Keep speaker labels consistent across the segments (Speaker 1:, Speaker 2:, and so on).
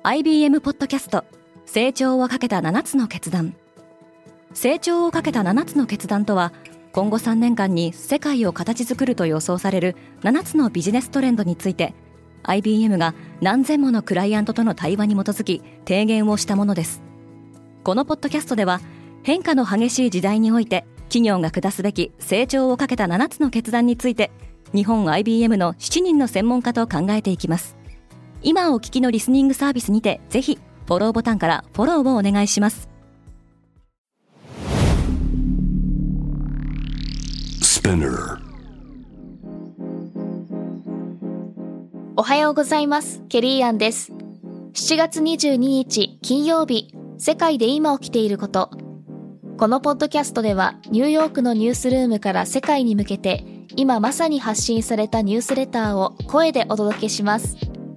Speaker 1: IBM ポッドキャスト成長をかけた7つの決断。成長をかけた7つの決断とは、今後3年間に世界を形作ると予想される7つのビジネストレンドについて IBM が何千ものクライアントとの対話に基づき提言をしたものです。このポッドキャストでは、変化の激しい時代において企業が下すべき成長をかけた7つの決断について、日本 IBM の7人の専門家と考えていきます。今お聞きのリスニングサービスにて、ぜひフォローボタンからフォローをお願いします。
Speaker 2: おはようございます。ケリーアンです。7月22日金曜日、世界で今起きていること。このポッドキャストでは、ニューヨークのニュースルームから世界に向けて、今まさに発信されたニュースレターを声でお届けします。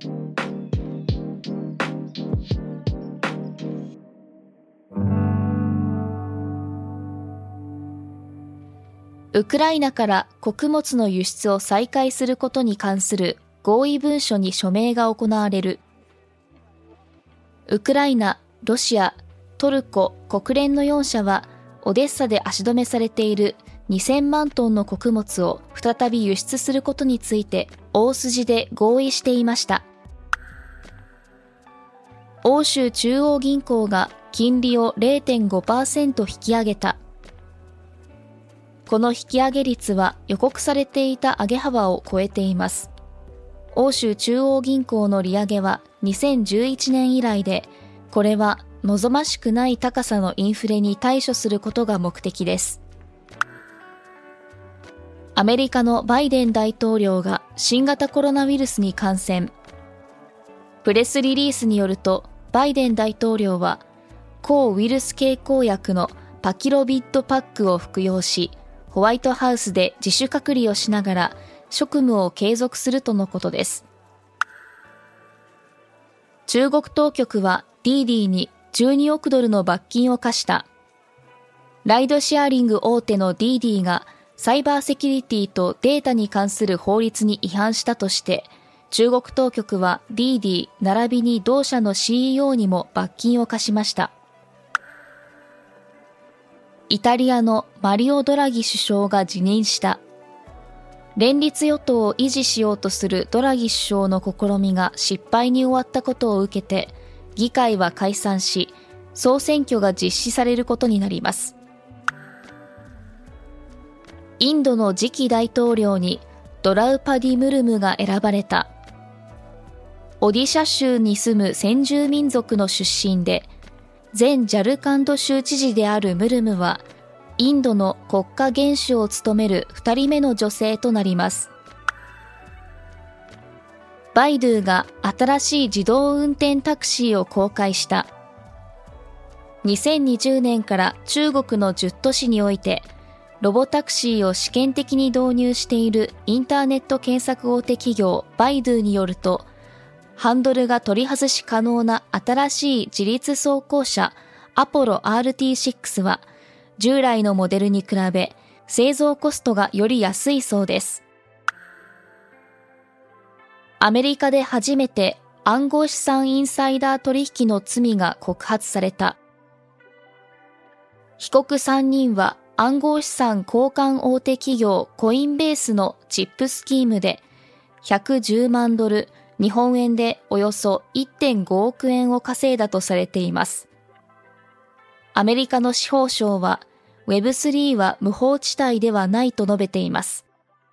Speaker 2: ウクライナから穀物の輸出を再開することに関する合意文書に署名が行われる。ウクライナ、ロシア、トルコ、国連の4社は、オデッサで足止めされている2000万トンの穀物を再び輸出することについて大筋で合意していました。欧州中央銀行が金利を 0.5% 引き上げた。この引き上げ率は予告されていた上げ幅を超えています。欧州中央銀行の利上げは2011年以来で、これは望ましくない高さのインフレに対処することが目的です。アメリカのバイデン大統領が新型コロナウイルスに感染。プレスリリースによると、バイデン大統領は抗ウイルス経口薬のパキロビッドパックを服用し、ホワイトハウスで自主隔離をしながら職務を継続するとのことです。中国当局はディーディに12億ドルの罰金を課した。ライドシェアリング大手のディーディがサイバーセキュリティとデータに関する法律に違反したとして、中国当局はディーディ並びに同社の CEO にも罰金を課しました。イタリアのマリオ・ドラギ首相が辞任した。連立与党を維持しようとするドラギ首相の試みが失敗に終わったことを受けて、議会は解散し、総選挙が実施されることになります。インドの次期大統領にドラウパディ・ムルムが選ばれた。オディシャ州に住む先住民族の出身で、前ジャルカンド州知事であるムルムは、インドの国家元首を務める2人目の女性となります。バイドゥが新しい自動運転タクシーを公開した。2020年から中国の10都市において、ロボタクシーを試験的に導入しているインターネット検索大手企業バイドゥによると、ハンドルが取り外し可能な新しい自律走行車アポロ RT6 は、従来のモデルに比べ製造コストがより安いそうです。アメリカで初めて暗号資産インサイダー取引の罪が告発された。被告3人は暗号資産交換大手企業コインベースのチップスキームで110万ドル、日本円でおよそ 1.5 億円を稼いだとされています。アメリカの司法省は Web3 は無法地帯ではないと述べています。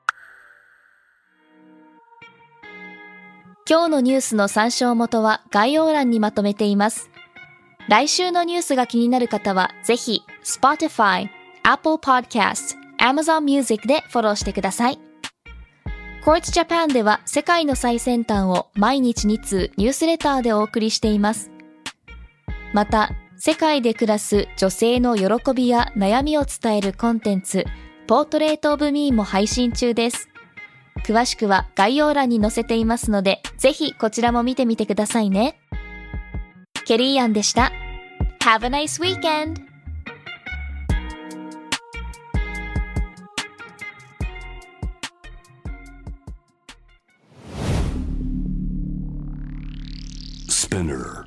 Speaker 2: 今日のニュースの参照元は概要欄にまとめています。来週のニュースが気になる方はぜひ Spotify、Apple Podcast、Amazon Music でフォローしてください。Quartz Japan では世界の最先端を毎日2通ニュースレターでお送りしています。また、世界で暮らす女性の喜びや悩みを伝えるコンテンツ、Portrait of Me も配信中です。詳しくは概要欄に載せていますので、ぜひこちらも見てみてくださいね。ケリーアンでした。Have a nice weekend!
Speaker 3: Spinner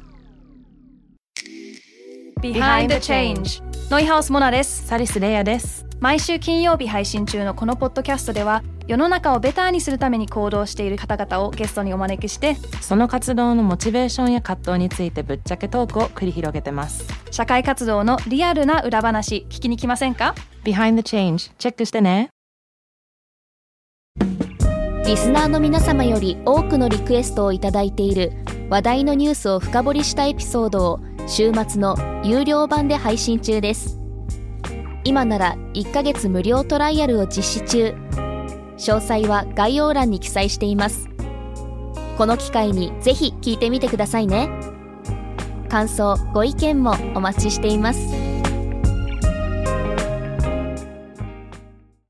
Speaker 4: Behind the Change ノイハウスモナです。
Speaker 5: サリスレイヤです。
Speaker 4: 毎週金曜日配信中のこのポッドキャストでは、世の中をベターにするために行動している方々をゲストにお招きして、
Speaker 5: その活動のモチベーションや葛藤についてぶっちゃけトークを繰り広げてます。
Speaker 4: 社会活動のリアルな裏話聞きに来ませんか？
Speaker 5: Behind the Change チェックしてね。
Speaker 2: リスナーの皆様より多くのリクエストをいただいている話題のニュースを深掘りしたエピソードを週末の有料版で配信中です。今なら1ヶ月無料トライアルを実施中。詳細は概要欄に記載しています。この機会にぜひ聞いてみてくださいね。感想、ご意見もお待ちしています。